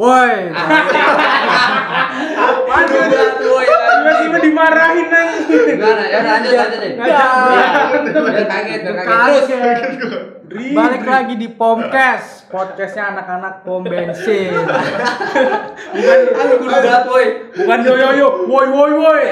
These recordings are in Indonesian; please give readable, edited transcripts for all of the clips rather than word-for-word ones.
Woi. Aduh, woi. Tiba-tiba dimarahin aja. Gimana? Ya udah lanjut deh. Biar kaget. Terus. Balik lagi di Pomcast, podcastnya anak-anak pom bensin. Bukan woi. Bukan yo, woi.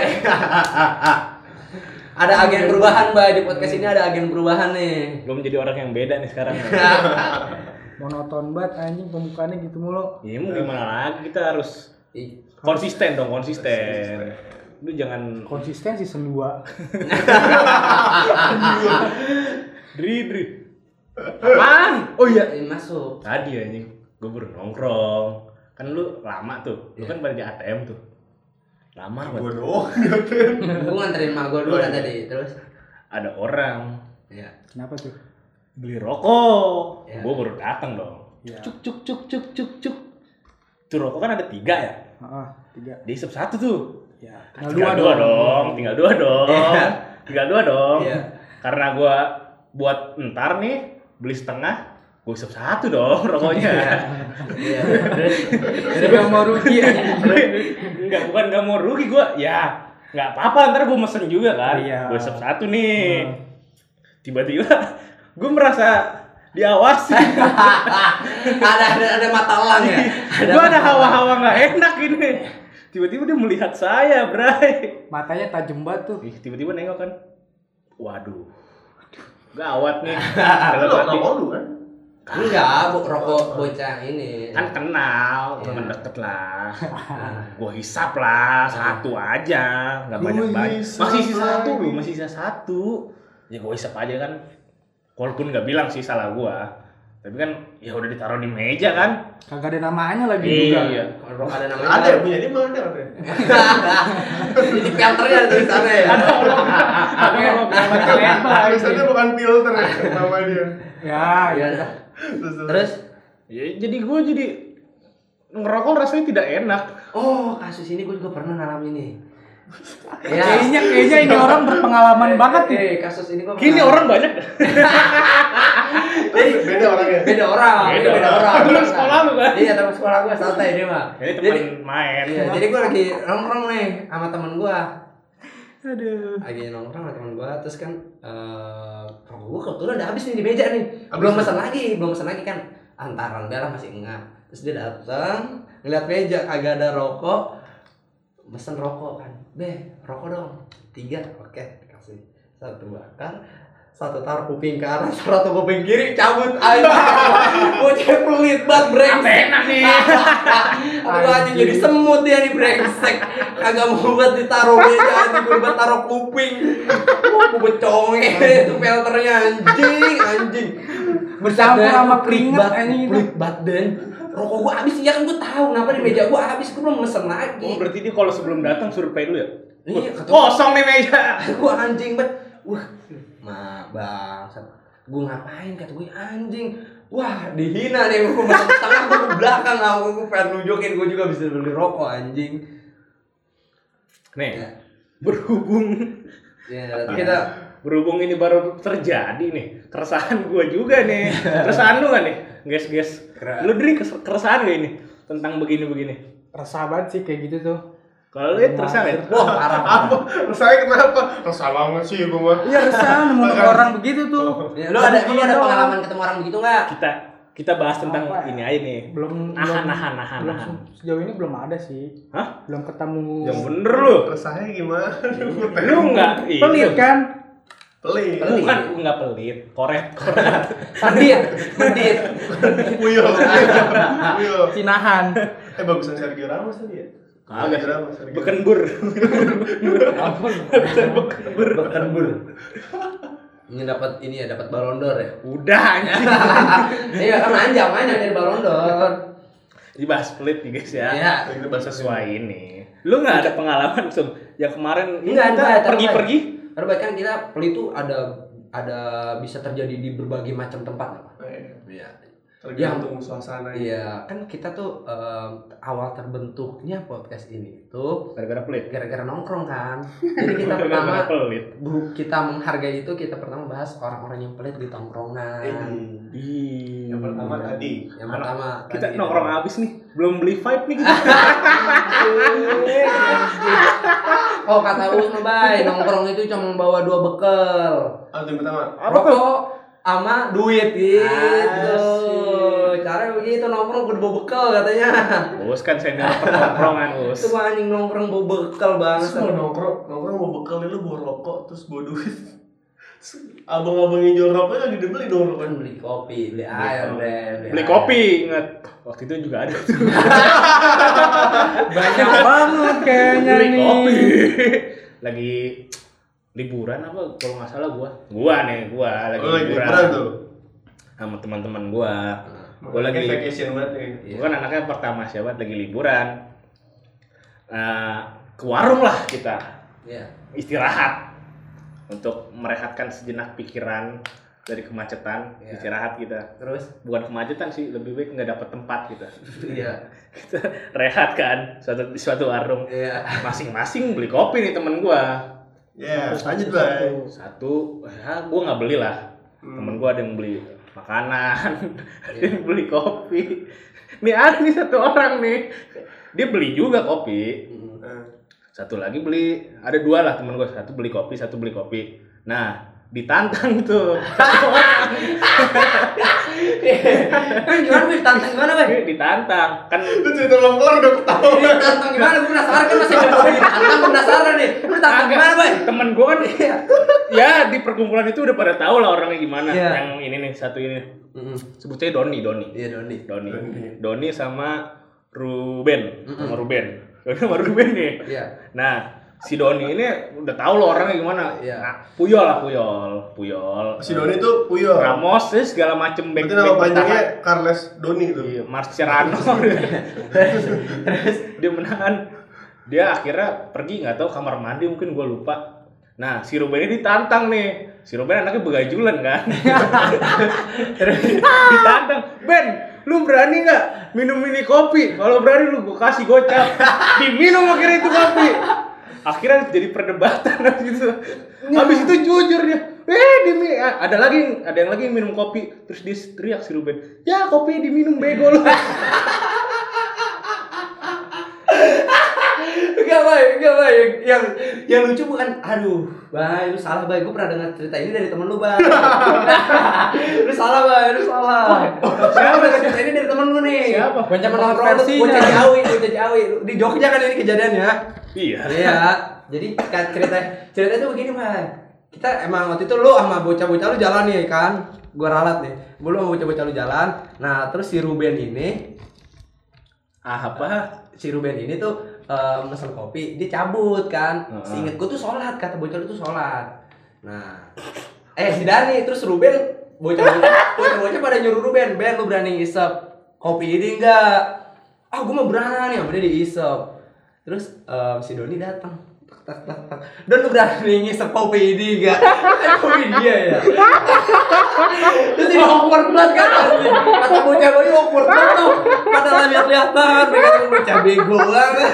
Ada agen perubahan, Mbak. Di podcast ini ada agen perubahan nih. Belum jadi orang yang beda nih sekarang. Monoton banget anjing pembukaannya gitu mulu. Ya mau gimana lagi, kita harus konsisten. Lu jangan Konsisten season 2. Dri. Apaan? Oh iya, Masuk. tadi anjing gue baru nongkrong. Kan lu lama tuh. Lu kan pada di ATM tuh. Lama banget. Gue doang. Gue nganterin mak gue dulu kan tadi. Terus Ada orang ya. Kenapa tuh? beli rokok. Ya. Gue baru datang dong. Ya. Cuk. Tuh rokok kan ada 3 ya. Heeh, 3. Dia isep 1 tuh. Ya, Tinggal dua dong. Iya. Karena gua buat ntar nih beli setengah, gua isep 1 dong rokoknya. Iya. Jadi gak mau rugi ya. Bukan nggak mau rugi gua. Ya, nggak apa-apa, ntar gua mesen juga kan. Iya. Gua isep 1 nih. Tiba-tiba gua merasa diawasi. ada mata elang ya. Gua ada hawa-hawa nggak enak ini. Tiba-tiba dia melihat saya, Bray. Matanya tajam banget tuh. Ih, tiba-tiba nengok kan. Waduh. Gawat nih. Lu rokok lu kan? Enggak, rokok bocah ini. Kan kenal, teman deket lah. Gua hisap lah, 1 aja, nggak banyak-banyak. Masih sisa 1 loh, masih sisa 1. Ya gua hisap aja kan. Walaupun nggak bilang sih salah gua. Tapi kan ya udah ditaruh di meja kan. Kagak ada namanya lagi juga. Iya. Kalau ada namanya. Ada yang punya dia mana ada? Di filternya ada tulisannya ya. Tulisannya bukan filter ya nama dia. Ya. Terus Ya jadi gua jadi ngerokok rasanya tidak enak. oh, kasus ini gue juga pernah ngalamin nih. Ya. Kayaknya ini orang berpengalaman banget nih. Kasus ini gue Gini orang banyak. Beda orangnya. Beda orang. Teman sekolah lu kan? Iya, teman sekolah gue santai dia mah. Ini teman main. Iya, jadi gue lagi nongkrong nih sama temen gue. Aduh. Lagi nongkrong sama temen gue, terus kan rokok gue kebetulan udah habis nih di meja nih. Belum pesan lagi kan. Antaran darah masih enggak. Terus dia datang, ngeliat meja kagak ada rokok, mesen rokok kan. Rokok dong. 3, oke, dikasih. 1 bakar, 1 taruh kuping kanan, 1 kuping kiri, cabut aja. Bocah pelit banget, brengsek. Enak nih. Aduh anjing jadi semut dia nih brengsek. Kagak mau buat ditaruh meja anjing, gue buat taruh kuping. Gue becongin itu filternya anjing. Bercampur sama keringet anjing itu. Pelit banget Den. Rokok gua habis ya kan gua tahu kenapa di meja gua habis, gua belum mesen lagi. Oh, berarti dia kalau sebelum datang suruh pay dulu ya? Iya, Kosong nih meja. gua anjing banget. Wah, bangsat. Gua ngapain kata gue anjing. Wah, dihina nih gua mesen setengah gua ke belakang, gua pengen nunjukin gua juga bisa beli rokok anjing. Nih, Ya. berhubung ini baru terjadi nih, keresahan gua juga nih. Keresahan lu gak nih? Guys. Lu Dri keresahan gak ini tentang begini-begini? Resah banget sih kayak gitu tuh. Kalau lu resah gak? Wah, parah. Apa? Saya kenapa? Resah banget sih gue mah. Iya resah nemu orang begitu tuh. Ya, lu ada pengalaman ketemu orang begitu enggak? Kita bahas tentang Apa ya? ini aja nih. Nahan. Sejauh ini belum ada sih. Hah? Belum ketemu. Yang bener lu. Resahnya gimana? Lu enggak Pelit kan? Pelit. Bukan enggak pelit, koret. Medit. Puyol. Cinahan. Bagusan Sergio Ramos tadi ya? Agak Sergio Ramos. bekenbur. Bekenbur. Ini dapat Ballon d'Or ya? Udah anjing. Iya kan manjang dari Ballon d'Or. Dibahas pelit nih guys ya. Iya. Kita bahas sesuai ini. Lu enggak ada pengalaman Sum? Ya kemarin Enggak, kita pergi-pergi. Terbaik kan kita pelit itu ada bisa terjadi di berbagai macam tempat apa? Iya. Tergantung suasana. Iya, kan kita tuh awal terbentuknya podcast ini tuh Gara-gara pelit. gara-gara nongkrong kan. Jadi kita pertama Gara-gara pelit. kita menghargai itu, kita pertama bahas orang-orang yang pelit di tongkrongan. Yang pertama tadi. Yang pertama Kita tadi nongkrong itu. habis nih, belum beli vibe nih kita. Oh kata Us mah bay, nongkrong itu cuma bawa 2 bekal. Yang pertama. Rokok sama duit gitu. Asik. Cara begitu nongkrong kudu bawa bekal katanya. Us kan senior pertongkrongan Us. Itu mah anjing nongkrong bawa bekal banget. Terus mau nongkrong mau bekal lu bawa rokok terus bawa duit. Abang-abang yang jual rokoknya lagi dibeli dong rokoknya. Kan beli kopi, beli air, Beli kopi, inget. Waktu itu juga ada tuh. Banyak banget kayaknya Beli nih. kopi. Lagi liburan apa kalau nggak salah gua lagi liburan tuh. sama teman-teman gua lagi vacation banget nih. gua kan anaknya pertama siapa lagi liburan ke warung lah kita Iya. istirahat untuk merehatkan sejenak pikiran dari kemacetan. Iya. Istirahat kita, Terus bukan kemacetan sih, lebih baik nggak dapet tempat kita. iya. Kita rehat kan di suatu warung, Iya. masing-masing beli kopi nih temen gua. Ya, lanjut bay. Satu, ya gue nggak beli lah. Temen gue ada yang beli makanan, ada yang beli kopi. Nih ada nih satu orang nih, dia beli juga kopi. Satu lagi beli, ada 2 lah temen gue. Satu beli kopi, satu beli kopi. Nah, ditantang tuh. Gimana Bay? Tantang gimana Bay? Ditantang kan. Itu cerita belum kelar udah ketawa. Tantang gimana? Gue penasaran kan masih ada lagi. Tantang penasaran nih. Lu tantang gimana Bay? Temen gue kan, ya di perkumpulan itu udah pada tahu lah orangnya gimana. Iya. Yang ini nih, satu ini. Sebut saja Doni. Iya Doni. Doni sama Ruben. Sama Ruben nih. Iya. Nah, si Doni ini udah tahu loh orangnya gimana. Iya. Nah, Puyol. Si Doni tuh Puyol. Ramos segala macem Berarti nama panjangnya Carles Doni tuh. Iya, Marcerano. Terus dia menahan. Dia akhirnya pergi nggak tahu kamar mandi, mungkin gue lupa. Nah, si Ruben ini ditantang nih. Si Ruben anaknya begajulan kan. Ditantang, "Ben, lu berani nggak minum ini kopi? Kalau berani lu gue kasih gocap." Diminum akhirnya itu kopi. Akhirnya jadi perdebatan gitu. Habis itu jujur dia. Ada yang lagi yang minum kopi, terus dia teriak si Ruben, "Ya, kopi diminum bego lu." Enggak Bay. Yang lucu bukan, aduh, Bay, lu salah Bay. Gue pernah dengar cerita ini dari temen lu Bay. Lu salah Bay, lu salah. Siapa cerita ini dari temen lu nih? Siapa? Banyak nongkrong lu, bocah Ciawi. Di Jogja kan ini kejadiannya. Iya. Iya. Jadi kan cerita itu begini Bay. Kita emang waktu itu lu sama bocah-bocah lu jalan nih kan. Gua ralat nih. Lu sama bocah-bocah lu jalan. Nah, terus si Ruben ini si Ruben ini tuh mesen kopi, dia cabut kan. Seinget gue tuh sholat, kata bocah itu sholat. Nah, si Dani terus Ruben, bocah pada nyuruh Ruben, "Ben, lu berani ngisep kopi ini enggak?" "Ah, gue mah berani," sama dia diisep. Terus si Doni datang. Tak. "Don, lu berani ngisep kopi ini enggak?" Kopi dia ya. Terus ini awkward banget kan. Kata bocah gue awkward banget tuh. Padahal lihat-lihatan, mereka tuh bocah bego banget.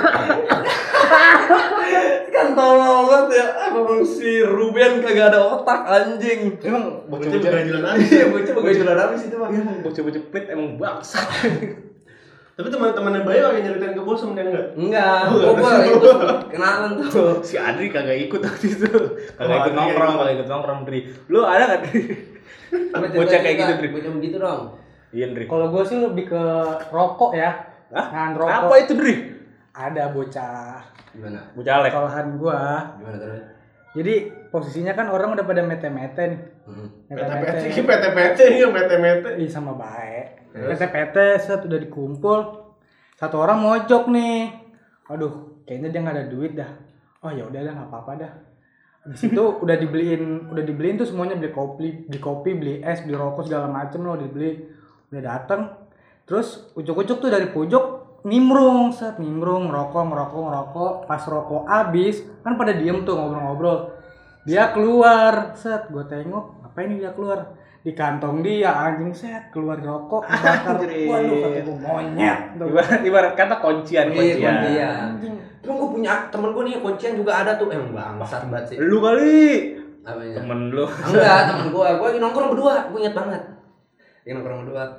Kan tolong banget ya. Emang si Ruben kagak ada otak anjing. Emang Bocah bocah-bocah begajulan aja. Iya, bocah begajulan habis itu mah. bocah-bocah pelit emang bangsat. Tapi teman-temannya Bayu lagi nyeritain ke bos dia enggak? Enggak, gue itu kenalan tuh. Si Adri kagak ikut waktu itu. Kagak ikut Adri nongkrong, kagak kagak ikut nongkrong, Dri. Lu ada enggak, Dri? Bocah kayak gitu, Dri. Bocah begitu dong. Iya, Dri. Kalau gue sih lebih ke rokok ya. Hah? Nahan rokok. Apa itu, Dri? Ada bocah Gimana? Bocah Alek. sekolahan gua. Gimana terus? Jadi posisinya kan orang udah pada mete-mete nih. PT-PT ya PT-PT. Ih, sama baik. Mete-mete set udah dikumpul. Satu orang mojok nih. Aduh, kayaknya dia nggak ada duit dah. Oh ya udah nggak apa-apa dah. Habis itu udah dibeliin tuh semuanya, beli kopi, beli es, beli rokok segala macem loh dibeli. Udah datang. Terus ucuk-ucuk tuh dari pojok nimbrung, ngerokok. Pas rokok habis, kan pada diem tuh ngobrol-ngobrol. Dia keluar, gue tengok, apa ini dia keluar? di kantong dia anjing set keluar rokok bakar. Anjir. Waduh kata gua monyet. Ibarat kata kuncian. Anjing. Emang gue punya temen gue nih kuncian juga ada tuh. Emang bangsat banget sih. Lu kali. Apanya? Temen lu. Enggak, temen gue lagi nongkrong berdua. Gue inget banget. Lagi nongkrong berdua.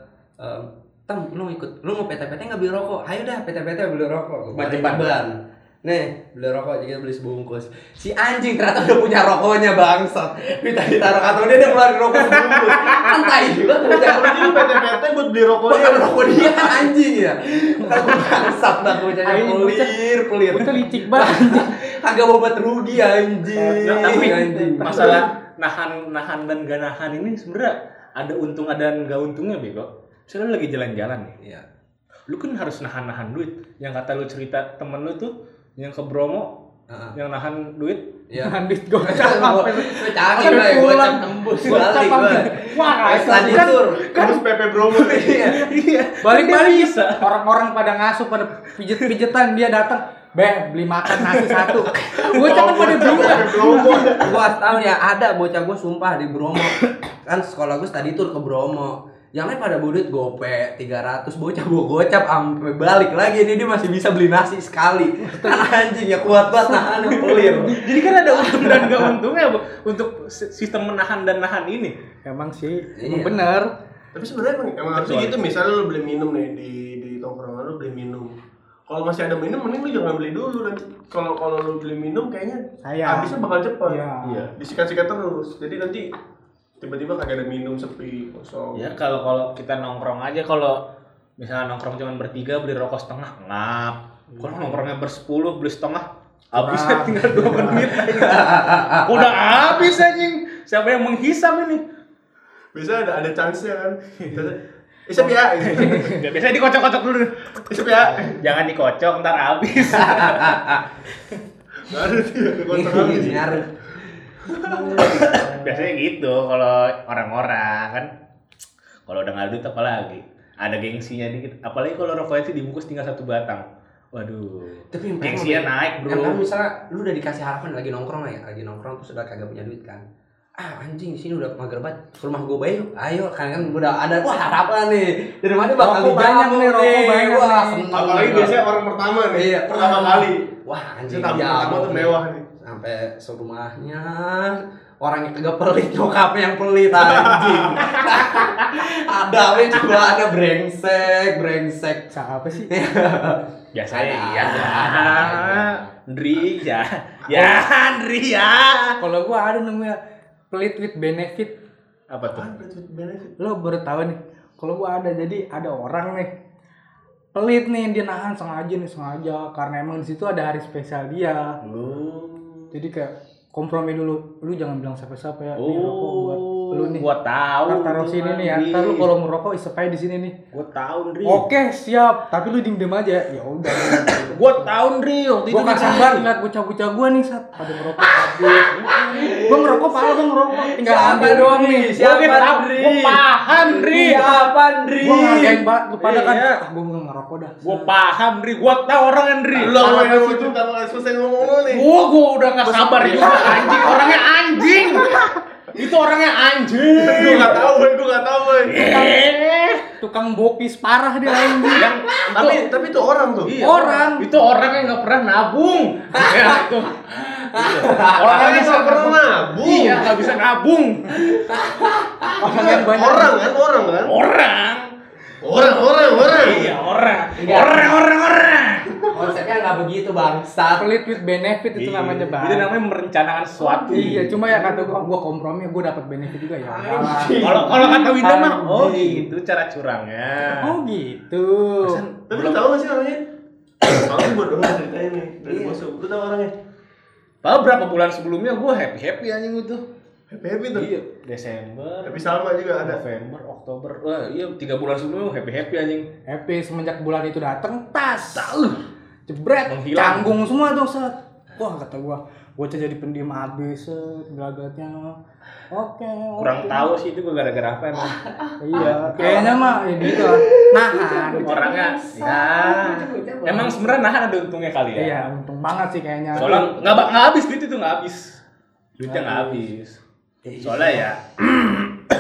Tem, lu mau PT-PT nggak beli rokok? Ayo dah PT-PT beli rokok. Gue ban. Nih, beli rokok jadi beli sebungkus. Si anjing ternyata udah punya rokoknya bangsat. Minta ditaruh kantong dia ngeluarin rokok sebungkus. Santai juga tuh. Jadi lu PT-PT buat beli rokoknya. Bukan rokok dia kan anjing ya. Kan bangsat dah bocahnya pelir. Itu licik banget anjing. Agak bobat rugi anjing. Nah, tapi anjing. masalah nahan dan gak nahan ini sebenarnya ada untung ada gak untungnya bego. Misalnya lu lagi jalan-jalan nih. Iya. Lu kan harus nahan duit. Yang kata lu cerita temen lu tuh yang ke Bromo yang nahan duit. Iya. Handis gocap Gue canggih lah ya, gocap tembus balik gue. Wah, Tadi kan tur. Terus PP Bromo. Iya. balik-balik bisa. orang-orang pada ngasuh pada pijet-pijetan dia datang beli makan nasi satu. Bocah kan pada bingung. Gua tahu ya ada bocah gua sumpah di Bromo. Kan sekolah gua tadi tur ke Bromo. Yang lain pada bawa duit gope 300, bocah gua gocap sampai balik lagi ini dia masih bisa beli nasi sekali. Kan anjing ya kuat banget nahan pelir. Jadi kan ada untung dan gak untungnya untuk sistem menahan dan nahan ini. Emang sih, Iya. emang bener. Tapi sebenarnya emang harusnya gitu, misalnya lu beli minum nih di tongkrongan lu beli minum. Kalau masih ada minum mending lu jangan beli dulu nanti. Kalau lu beli minum kayaknya Sayang. habisnya bakal cepat. Iya. Disikat-sikat terus. Jadi nanti tiba-tiba kagak ada minum, sepi, kosong. Ya kalau kita nongkrong aja, kalau misalnya nongkrong cuma bertiga beli rokok setengah ngap. Kalau nongkrongnya bersepuluh beli setengah habisnya tinggal 2 menit aja. Udah habis anjing. Siapa yang menghisap ini? Bisa ada chance-nya kan. Isep ya. Biasanya dikocok-kocok dulu. Isep ya. Jangan dikocok ntar habis. Enggak ada tuh kocok habis. Ngaruh. Biasanya gitu kalau orang-orang kan. Kalau udah nggak ada duit apalagi ada gengsinya dikit. Apalagi kalau rokoknya sih dibungkus tinggal 1 batang. Waduh. Tapi yang gengsinya naik, bro. Yang misalnya lu udah dikasih harapan lagi nongkrong terus udah kagak punya duit kan. Anjing di sini udah mager banget. Ke rumah gue bayi, ayo kan udah ada harapan nih. Dari mana bakal Rokok banyak nih, rokok banyak Wah, nih. seneng Apalagi gua. biasanya orang pertama nih. Iya. Pertama kali. Wah, anjing Tamu pertama tuh mewah nih. Sampai serumahnya orang yang kagak pelit, nyokapnya yang pelit anjing. Ada we juga ada brengsek. Siapa sih? Biasanya Ada, iya. ada. Ndri ya. Ya, Ndri ya. Kalau gua ada namanya pelit with benefit. Apa tuh? Lo baru tahu nih. Kalau gua ada, jadi ada orang nih pelit nih, dia nahan sengaja karena emang di situ ada hari spesial dia. Jadi kayak kompromi dulu, lu jangan bilang siapa-siapa ya. Ini rokok buat lu nih. Gua tahu. Taruh sini nih ya. Ntar lu kalau ngerokok isep aja di sini nih. Gua tahu, Ndri. Oke, siap. Tapi lu diem aja. Ya udah. Gua tahu, Ndri. Waktu Gua gak sabar ngeliat bocah-bocah gua nih saat pada ngerokok habis. Gua ngerokok parah, gua ngerokok. Tinggal ambil doang nih. Gua paham, Ndri. Siapa Ndri? Gua ngargain banget lu pada kan. Iya. Gua nggak ngerokok dah. Gua paham, Ndri. Gua tahu orangnya, Ndri. Lo yang mau cerita mau selesai ngomong lu nih. Gua udah gak sabar juga anjing. Orangnya anjing. Itu orangnya anjing. Gue nggak tahu, boy. Tukang bopis parah dia anjing. Tapi itu orang tuh. Iya, Orang. Itu orang yang nggak pernah nabung. Ya, itu. Orang yang nggak pernah nabung. Iya, nggak bisa nabung. Orang yang banyak. Orang kan. Orang. Iya, orang. Orang. Konsepnya nggak begitu bangsat. Pelit with benefit itu namanya, Bang. Itu namanya merencanakan sesuatu. Iya, cuma ya kata gua kompromi, gua dapat benefit juga ya. Kalau kata Winda mah, oh Anjing. gitu cara curangnya. Oh gitu. Tapi lu tahu nggak sih orangnya? Soalnya gue doang ceritain nih dari bos lu tahu orangnya? Padahal berapa bulan sebelumnya gue happy anjing itu. Happy tuh. Iya, Desember, Tapi Salma juga ada. November, Oktober. Wah, iya 3 bulan sebelumnya happy anjing. Happy semenjak bulan itu datang, tas. Jebret, Menghilang. canggung semua tuh set. Wah kata gua bocah jadi pendiam abis set, gelagatnya. Oke. Kurang tahu sih itu gue gara-gara apa emang. Iya, kayaknya mah ya gitu lah. Nahan. Orangnya ya. Emang sebenarnya nahan ada untungnya kali ya. Iya, untung banget sih kayaknya. Soalnya nggak habis duit itu nggak habis. Duitnya nggak habis. Soalnya ya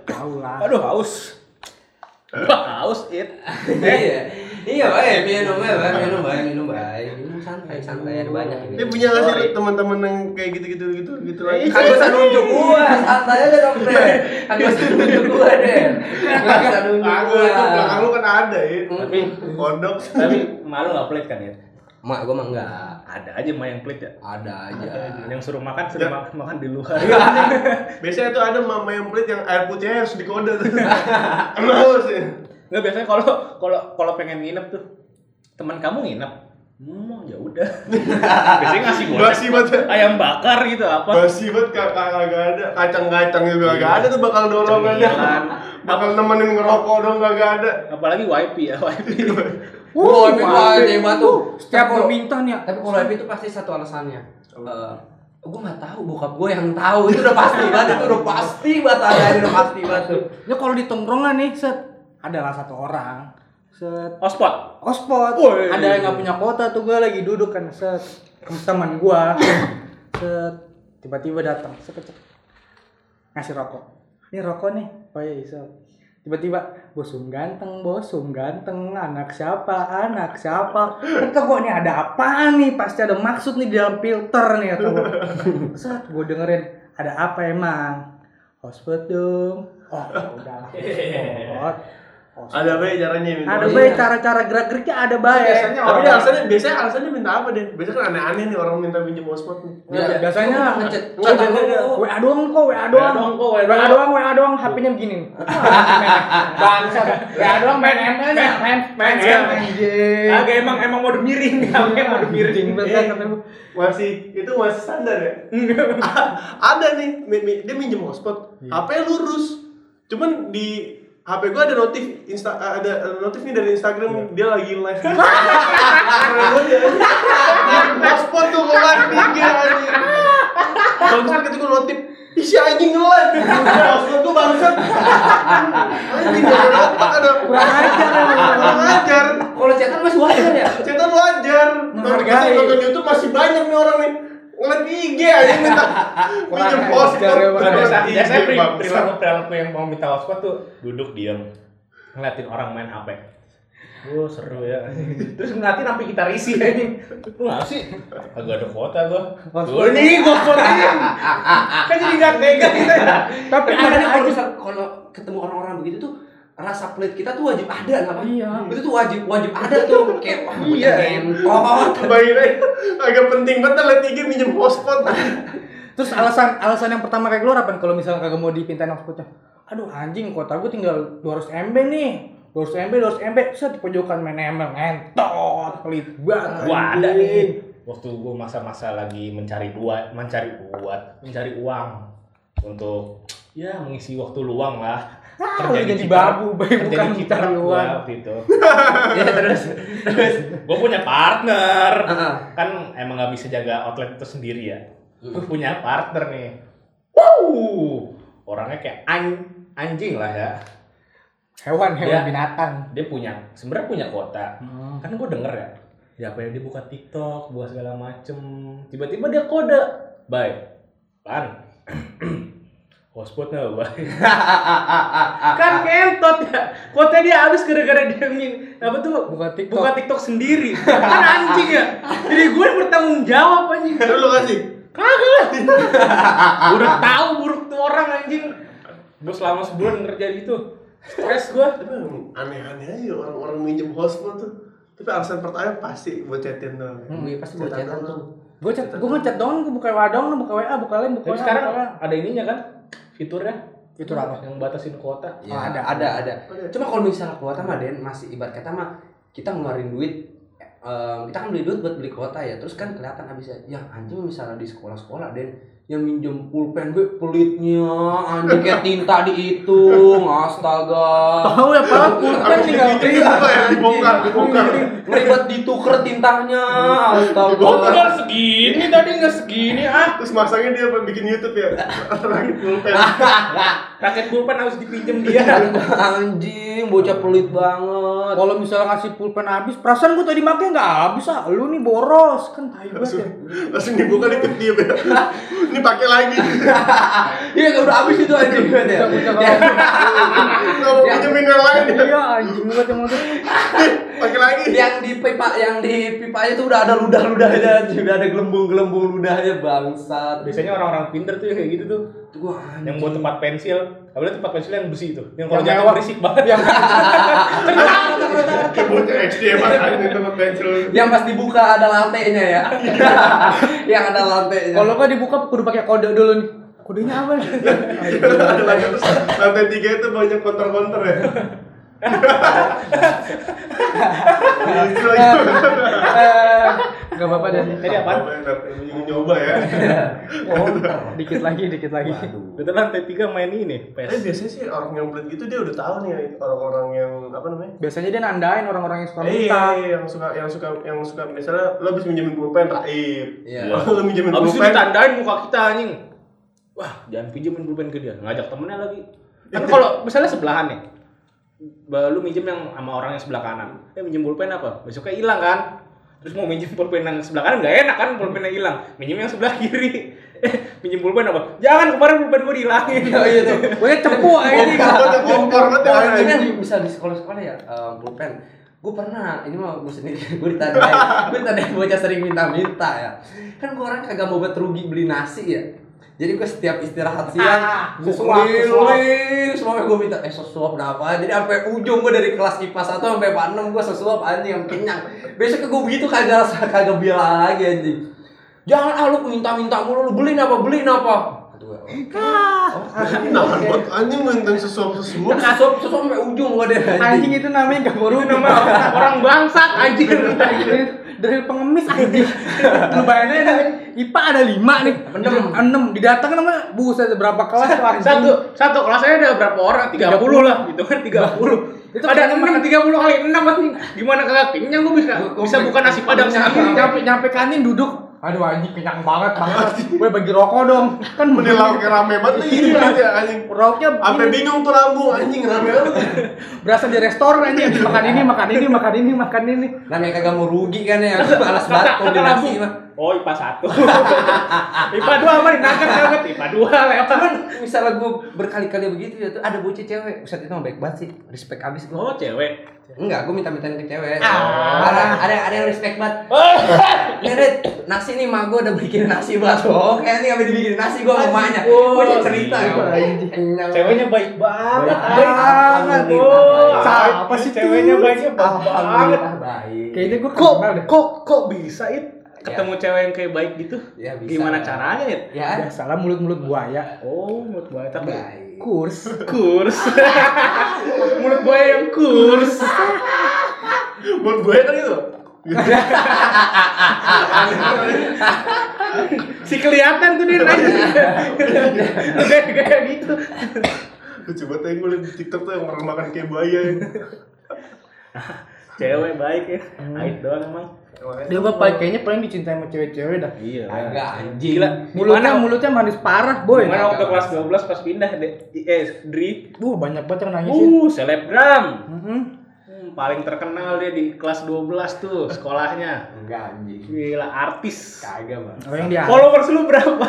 Tahu lah. Aduh haus. Wah haus Iya, baik, minum baik. Minum santai, ada banyak ini. Dia punya nggak sih teman-teman yang kayak gitu lagi? Kagak usah nunjuk gua, santai aja dong, Den. Kagak usah nunjuk gua, Den. Kagak usah nunjuk Aku gua. itu belakang lu kan ada ya. Tapi Kodok. malu nggak pelit kan ya? Mak gua mah enggak. Ada aja mah yang pelit ya. Ada aja. Yang suruh makan makan di luar. Biasanya tuh ada mama yang pelit yang air putihnya harus dikode tuh. Terus ya. Nggak, biasanya kalau pengen nginep tuh teman kamu nginep. Ya udah. Biasanya ngasih Basi banget. ayam bakar gitu apa? Basi banget kagak ada. Kacang-kacang juga kagak ada tuh bakal dorongannya. Cemilan. Bakal nemenin ngerokok dong kagak ada. Apalagi wifi ya, wifi. Wah, itu aja batu. Setiap gua minta nih ya. Tapi kalau happy itu pasti satu alasannya. Gue nggak tahu, bokap gue yang tahu. Itu udah pasti banget, itu udah pasti banget, udah pasti banget. Ya kalau di tongkrongan nih, adalah satu orang. Hotspot. Woi. Ada yang nggak punya kuota tuh, gue lagi duduk kan, teman gua. Tiba-tiba datang, ngasih rokok. Ini rokok nih. Oh iya, tiba-tiba bosum ganteng, anak siapa? Kata gua nih ada apaan nih? Pasti ada maksud nih di dalam filter nih, kata gua. Gua dengerin, ada apa emang? Hotspot dong. Oh, udah. Ada baik caranya. Ada baik cara-cara gerak-geriknya ada baik. Tapi biasanya alasannya minta apa deh? Biasanya kan aneh-aneh nih orang minta pinjam hotspot nih. Ya, biasanya ngechat. WA doang kok, HP-nya begini. Bangsa. WA doang main ML nya, main anjing. Agak emang mode miring, mode miring. Masih standar ya? Ada nih, dia minjem hotspot. HP lurus. Cuman di HP gua ada notif nih dari Instagram dia lagi live. Hotspot tuh kelar 3 anjing. Bagus banget ketika gua notif, isi anjing nge-live. Hotspot gua bangsat. Anjing ada kurang ajar. Kalau chatan masih wajar ya? Chatan wajar. Nonton YouTube masih banyak nih orang nih. Ngeliat IG aja minta pinjem hotspot. Biasanya perilaku yang mau minta hotspot tuh duduk diam ngeliatin orang main HP. Seru ya. Terus ngeliatin sampai kita risih anjing. Lu enggak sih? Kagak ada kuota gua. Nih gua kuotain. Kan jadi enggak tega kita ya. Tapi ada nih kalau ketemu orang-orang begitu tuh rasa pelit kita tuh wajib ada apa? Iya. Itu tuh wajib ada tuh kayak ngentot. Bayangin agak penting banget liat IG minjem hotspot. Terus alasan yang pertama kayak keluar apa kalau misalnya kagak mau dipintain hotspotnya? Aduh anjing, kuota gue tinggal 200 MB nih. 200 MB, di pojokan main ML ngentot, pelit banget. Wah, ada nih. Waktu gue masa-masa lagi mencari uang untuk ya mengisi waktu luang lah. Kerja jadi babu, bukan mencari uang waktu itu. Ya terus gue punya partner. Kan emang nggak bisa jaga outlet itu sendiri ya. Gue punya partner nih. Orangnya kayak anjing lah ya. Hewan binatang. Dia sebenarnya punya kuota. Kan gue denger ya. Ya apa ya, dia buka TikTok, buat segala macem. Tiba-tiba dia kode. Bye. Pan. Hotspotnya baik. Kan kentot ya. Kuota dia habis gara-gara dia buka TikTok sendiri. Kan anjing ya. Jadi gue bertanggung jawab anjing. Lu kasih? Kagak. Udah tahu buruk tuh orang anjing. Gue selama sebulan ngerjain itu. Stres gue. Tapi aneh-aneh aja orang-orang minjem hotspot tuh. Tapi alasan pertama pasti buat chatin doang. Pasti buat chatan tuh. Gue ngechat doang, gue buka WA doang, buka WA, buka lain, buka. Tapi sekarang ada ininya kan? Fiturnya. Fitur apa? Yang batasin kuota. Ya, ada. Cuma kalau misalnya kuota mah Den masih ibarat kata mah kita ngeluarin duit, kita kan beli duit buat beli kuota ya. Terus kan kelihatan habisnya. Ya anjing misalnya di sekolah-sekolah Den yang minjem pulpen gue pelitnya anjing kayak tinta dihitung, astaga. Tahu ya Pak, pulpen tinggal dibongkar. Ngeribet dituker tintanya, astaga. Tinggal segini tadi nggak segini ah. Terus masangnya dia bikin YouTube ya. Rakit pulpen. Rakit pulpen harus dipinjem dia. Anjing, bocah pelit banget. Kalau misalnya ngasih pulpen habis, perasaan gua tadi makanya nggak habis ah. Lu nih boros kan tai banget ya. Langsung dibuka diketiup ya. Ini pakai lagi. Iya enggak udah habis itu anjing banget ya. Enggak mau pinjemin yang lain ya. Iya anjing banget emang tuh. Pakai lagi. Yang di pipanya tuh udah ada ludah-ludahnya, udah ada gelembung-gelembung ludahnya bangsat. Biasanya orang-orang pinter tuh yang kayak gitu tuh. Itu gua anjing. Yang buat tempat pensil. Apalagi tempat pensil yang besi itu. Yang kalau Yang jatuh mewah. berisik banget. Bocah SD emang ada tempat pensil. Yang pas dibuka ada lantainya ya. Yang ada lantainya. Kalau nggak dibuka kudu pakai kode dulu nih. Kodenya apa nih? Lantai 3 itu banyak konter-konter ya. Itu lagi. Gak apa-apa deh. Tadi apaan? Nyoba ya. Dikit lagi. Betul lantai 3 main ini. Tapi biasanya sih orang yang belit gitu dia udah tahu nih orang-orang yang apa namanya? Biasanya dia nandain orang-orang yang suka minta. Iya, yang suka misalnya lo habis minjemin pulpen Raib. Iya. Lo minjemin Abis itu pulpen. ditandain muka kita anjing. Wah, jangan pinjemin pulpen ke dia. Ngajak temennya lagi. Kan kalau misalnya sebelahan nih. Lu minjem yang sama orang yang sebelah kanan. Minjem pulpen apa? Besoknya hilang kan? Terus mau minjem pulpen yang sebelah kanan enggak enak kan pulpennya hilang. Minjem yang sebelah kiri. Minjem pulpen apa? Jangan, kemarin pulpen gua dihilangin. Oh iya tuh. Gue cepu anjing. Kompor banget ya. Ini kan bisa di sekolah-sekolah ya, pulpen. Gue pernah, ini mah gue sendiri, gue ditandai bocah sering minta-minta ya. Kan gue orang kagak mau buat rugi beli nasi ya. Jadi gue setiap istirahat siang, gue keliling, semuanya gue minta, sesuap berapa? Jadi sampai ujung gue dari kelas IPA 1 sampai IPA 6 gue sesuap anjing yang kenyang. Besok gue begitu kagak bilang lagi anjing. Jangan lu minta-minta mulu, lu beliin apa? Aduh. Nahan buat anjing nonton sesuap. Sesuap sampai ujung gue deh Anjing itu namanya gak baru Nama orang bangsat anjing. dari pengemis anjing. Lu bayangin ada IPA ada 5 nih. 6 didatangin namanya buset berapa kelas tuh anjing. Satu kelasnya ada berapa orang? 30 lah, gitu kan 30. Itu ada 6 30 kali 6 anjing. Gimana kagak kenyang gua bisa buka nasi padang sendiri. Nyampe kantin duduk. Aduh anjing kenyang banget. Gue bagi rokok dong. Kan Udah lauknya rame banget ini aja anjing. Rokoknya Sampai bingung tuh lambung anjing rame banget. berasa di restoran anjing makan ini. Namanya kagak mau rugi kan ya, malas banget kombinasi mah. Oh, IPA 1. IPA 2 apa dinaker banget. IPA 2 lewat. Cuman misalnya gue berkali-kali begitu ya tuh ada bocah cewek, Ustaz itu mah baik banget sih, respect abis gue. Oh, cewek. Enggak, gue minta-mintain ke cewek. Ada yang respect banget. Nih Rit, nasi nih mak gue udah bikin nasi buat lo. Kayak nih abis dibikin nasi gue sama mamanya. Gue jadi cerita kenyang. Ceweknya baik banget. Banget. Siapa sih ceweknya baiknya banget. Baik. Kayaknya gue Kok bisa ketemu cewek yang kayak baik gitu? Ya, bisa. Gimana caranya ya? Ya, salah mulut buaya. Oh, mulut buaya tapi baik. Kurs. Mulut buaya yang kurs. Buat gue kan itu. Si kelihatan tuh dia nanya. Kayak gitu. Lu coba tanya gue liat di TikTok tuh yang orang makan kayak buaya ya. Cewek baik ya. Ait doang emang. Dia kayaknya paling dicintai sama cewek-cewek dah. Iya. Agak anjing. Gila. Mulutnya manis parah, boy. Gimana waktu kelas 12 pas pindah Dri? Banyak banget yang nangisin. Selebgram. Mhm. Paling terkenal dia di kelas 12 tuh sekolahnya. Enggak anjing. Gila, artis. Kagak, Bang. Oh yang dia. Followers lu berapa?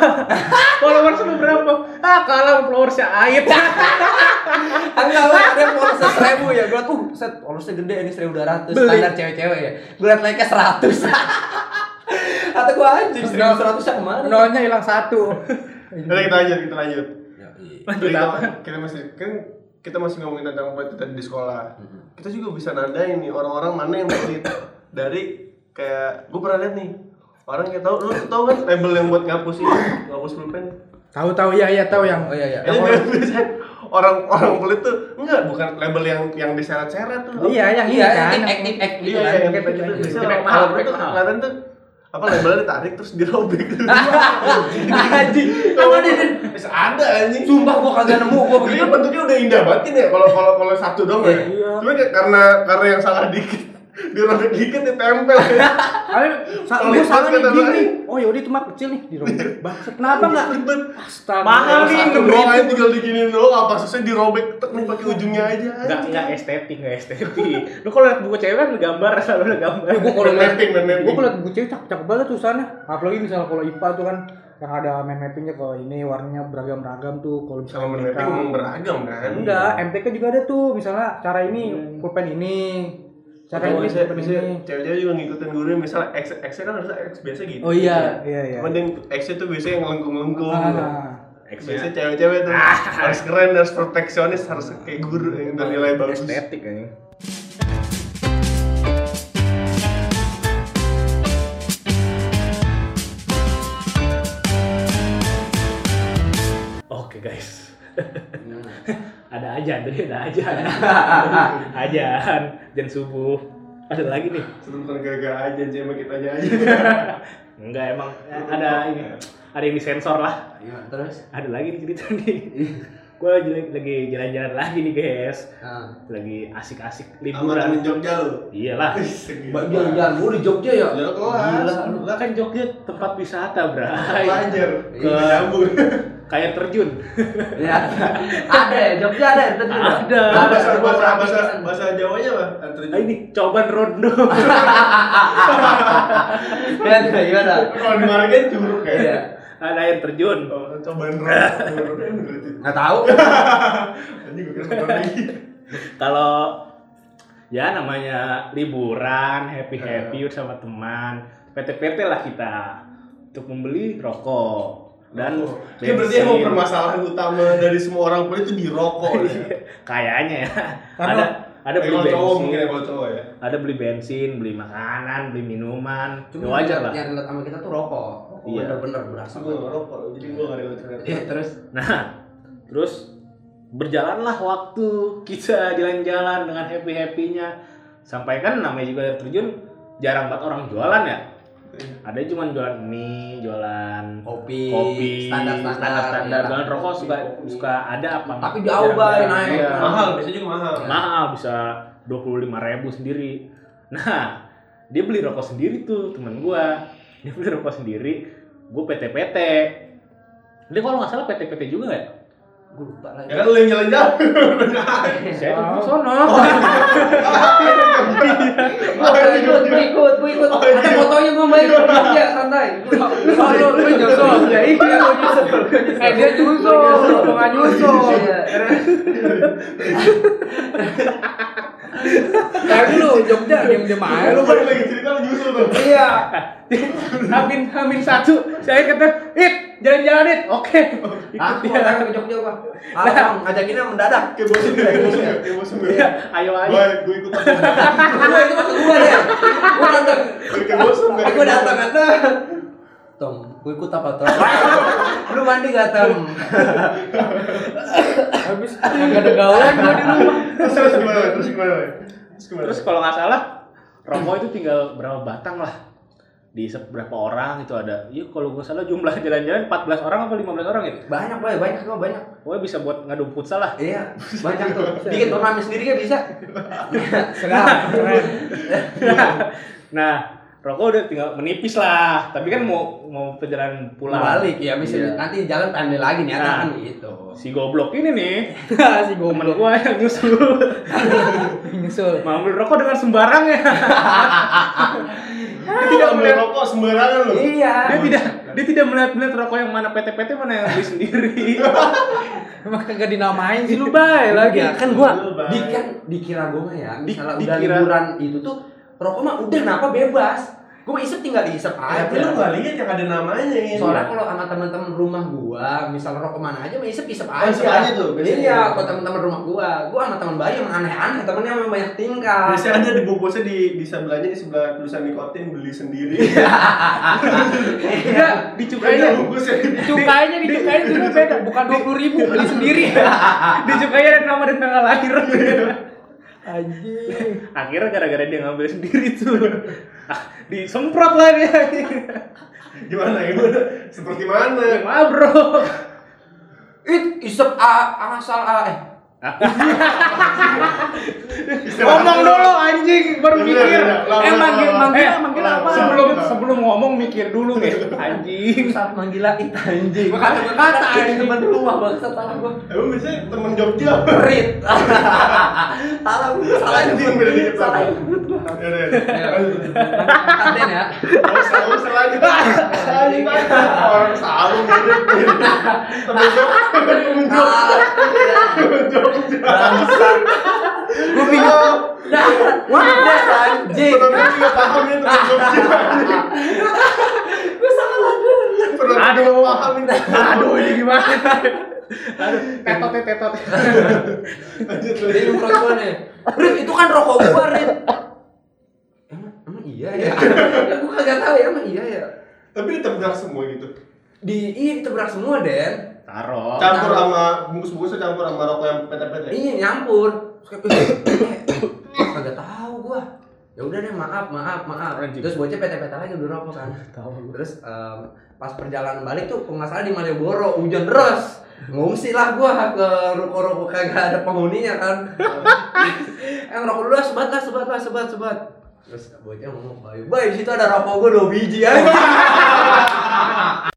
Kalah followersnya Ait. Enggak lah, dia followersnya 1000 ya. Gue tuh set followersnya gede ini 1200 standar cewek-cewek ya. Gue liat like-nya 100. Atau gue anjing 1100 nya kemana? Nolnya hilang 1. Udah kita lanjut. Lanjut apa? Kita masih ngomongin tentang pelit tadi di sekolah. Kita juga bisa nandain nih orang-orang mana yang pelit. Dari kayak gue pernah lihat nih orang yang tahu, lu tahu kan label yang buat ngapus pulpen? Tahu iya tahu yang. Oh iya. Yang biasanya orang pelit tuh bukan label yang diseret-seret tuh. Iya, yang ini kan. Ek gitu kan. Yang kayak gitu. Biasanya orang pelit tuh kelihatan tuh apa labelnya ditarik terus dirobek. Anjing. Apa dia? Bisa ada anjing. Sumpah gua kagak nemu gua Ini begitu. bentuknya udah indah banget ya kalau satu dong ya. Iya. Cuma kayak karena yang salah dikit. Dirobek dikit ditempel. Ayo, gue salah nih, ding nih. Oh yaudah itu mah kecil nih, dirobek. Bangsat, kenapa nggak? Ribet. Astaga. Mahal nih. Satu doang aja tinggal diginiin doang, apa susah dirobek tek nih pakai ujungnya aja. Enggak estetik. Lu kalau lihat buku cewek kan gambar, selalu ada gambar. Gue kalau mapping. gue kalau liat buku cewek cakep banget tulisannya. Apalagi misalnya kalau IPA tuh kan yang ada mappingnya kalau ini warnanya beragam tuh. Kalau Kalau misalnya mapping memang beragam kan. enggak, MTK juga ada tuh. Misalnya cara ini pulpen ini. Cara ini pulpen ini. Cewek-cewek juga ngikutin gurunya, misalnya X kan harusnya X biasa gitu. Oh iya. Cuman yang X itu biasanya yang lengkung-lengkung. Biasanya X-nya cewek-cewek tuh harus keren, harus perfeksionis, harus kayak guru yang bernilai bagus. estetik kan. Oke guys. Ada ajan jam subuh. Ada lagi nih. Itu bukan gara-gara aja sih, emang kita aja. Enggak, emang ada ini. Ada yang disensor lah. Iya, terus? Ada lagi nih cerita nih. Gue lagi jalan-jalan lagi nih guys. Lagi asik-asik Liburan liburan. Jogja lu. Iyalah. Jalan gue di Jogja ya? Ya kelas. Lah kan Jogja tempat wisata, Bray. Belajar. Ke Nyambung. kayak terjun. Ya. Ada ya, Jogja ada ya? Ada. Bahasa Jawanya apa? Ah, ini coban rondo. Ya, gimana? Kalau di mana kan curug ya. Iya. Ada air terjun. Oh, cobaan road. Nggak tahu. Ini gue kira bener lagi. Kalau ya namanya liburan, happy sama teman, PT lah kita untuk membeli rokok dan Ini berarti emang permasalahan utama dari semua orang pun itu di rokok ya. kayaknya ya. Karena Ada beli kalau cowok bensin, mungkin ya, kalau cowok ya. ada beli bensin, beli makanan, beli minuman, ya Cuma wajar lah. yang relate sama kita tuh rokok. Iya. Bener-bener berasa. Gue nggak rokok, jadi gue nggak relate. Iya, terus? Nah, terus berjalanlah waktu kita jalan-jalan dengan happy-happynya. Sampai kan namanya juga air terjun, jarang banget orang jualan ya. Ada cuma jualan mie, jualan Kopi, standar, iya. jualan rokok suka ada apa? Tapi jauh bay naik. Iya. Mahal, biasanya juga mahal. Mahal bisa 25.000 sendiri. Nah, dia beli rokok sendiri tuh temen gua. Dia beli rokok sendiri, gua PT. Dia kalau nggak salah PT juga nggak ya? Gue lupa lagi. Ya kan lu yang jalan-jalan. Saya tuh sono. Gue ikut. Ada fotonya gue main di Jogja, santai. lu nyusul. Ya iya, lu nyusul. Dia nyusul, lu nggak nyusul. Iya, terus? Kayak lu Jogja diam-diam aja lu. Lu lagi cerita lu nyusul tuh. Iya. Hamin satu, saya kata, jalan-jalan it, oke. Aku mau ke Jogja gua. Abang ngajakinnya mendadak. Kayak bosan ya. Ayo aja. Baik, gue ikut apa? Gua itu waktu gua deh. Gua datang. Kayak bosan. Aku datang kata. Tom, gua ikut apa Tom? Lu mandi gak Tom? Habis enggak ada gawean gua di rumah. Terus gimana? Terus kalau nggak salah, rokok itu tinggal berapa batang lah. Di berapa orang itu ada. Iya kalau nggak salah jumlah jalan-jalan 14 orang atau 15 orang gitu. Banyak banyak. Pokoknya bisa buat ngadu futsal lah. Iya, banyak tuh. Bikin turnamen sendiri kan bisa. Keren. Nah, rokok udah tinggal menipis lah. Tapi kan mau perjalanan pulang. Balik ya, bisa Iya. nanti jalan pandai lagi nih Nah. kan gitu. Si goblok ini nih, Si temen goblok gua yang nyusul. nyusul. Mau ambil rokok dengan sembarang ya. Dia tidak melihat rokok sembarangan loh. Iya. Dia tidak melihat rokok yang mana PT mana yang beli sendiri. Emang kagak dinamain sih lu bay lagi. Iya, kan gua dikira gua mah ya, misalnya udah dikira- liburan itu tuh rokok mah udah kenapa bebas. Gua isep tinggal diisep aja. Tapi lu nggak lihat yang ada namanya ini. Soalnya kalau sama teman-teman rumah gua, misal rokok mana aja mah isep aja. isep aja tuh, biasanya. Iya, kalau teman-teman rumah gua sama teman bayi yang aneh-aneh, temennya yang banyak tingkah. Biasanya ada dibungkusnya di sebelahnya, di sebelah tulisan nikotin beli sendiri. Enggak, dicukainya. Bungkusnya. Cukainya dulu beda, bukan 20.000 beli sendiri. Dicukainya ada nama dan tanggal lahir. Anjing. Akhirnya gara-gara dia ngambil sendiri tuh. Disemprot lah dia. Gimana? Seperti mana? Gimana bro? Isep asal Ngomong dulu anjing, baru mikir. Manggil apa? Sebelum ngomong mikir dulu nih. Anjing. Saat manggil it anjing. Gua kata anjing. Temen rumah bangsat salah gua. Emang biasanya temen Jogja. Perit. Salah Anjing berarti kita. salah. Ya udah. Konten ya. Selalu selanjut. Anjing orang selalu mirip. Temen Jogja. Gue bingung. Wah, anjing. Temen juga paham ya temen Jogja. Gue salah. Aduh. Paham ini. Aduh, ini gimana? Tetot. Lanjut Dia nyemprot gua nih. Rit, itu kan rokok gua, Rit. Emang iya ya? Ya gua kagak tahu ya, emang iya ya. Tapi ditabrak semua gitu. Ditabrak semua, Den. Taruh. Campur sama bungkus-bungkusnya campur sama rokok yang pete-pete. Iya, nyampur. Kagak tahu gua. Ya udah deh, maaf. Terus bocah pete-pete lagi udah rokok kan. Terus pas perjalanan balik tuh kalau nggak salah di Malioboro hujan deras. Ngungsi lah gua ke ruko-ruko kagak ada penghuninya kan. Rokok dulu sebat. Terus bocah ngomong, "Bye, di situ ada rokok gua 2 biji aja."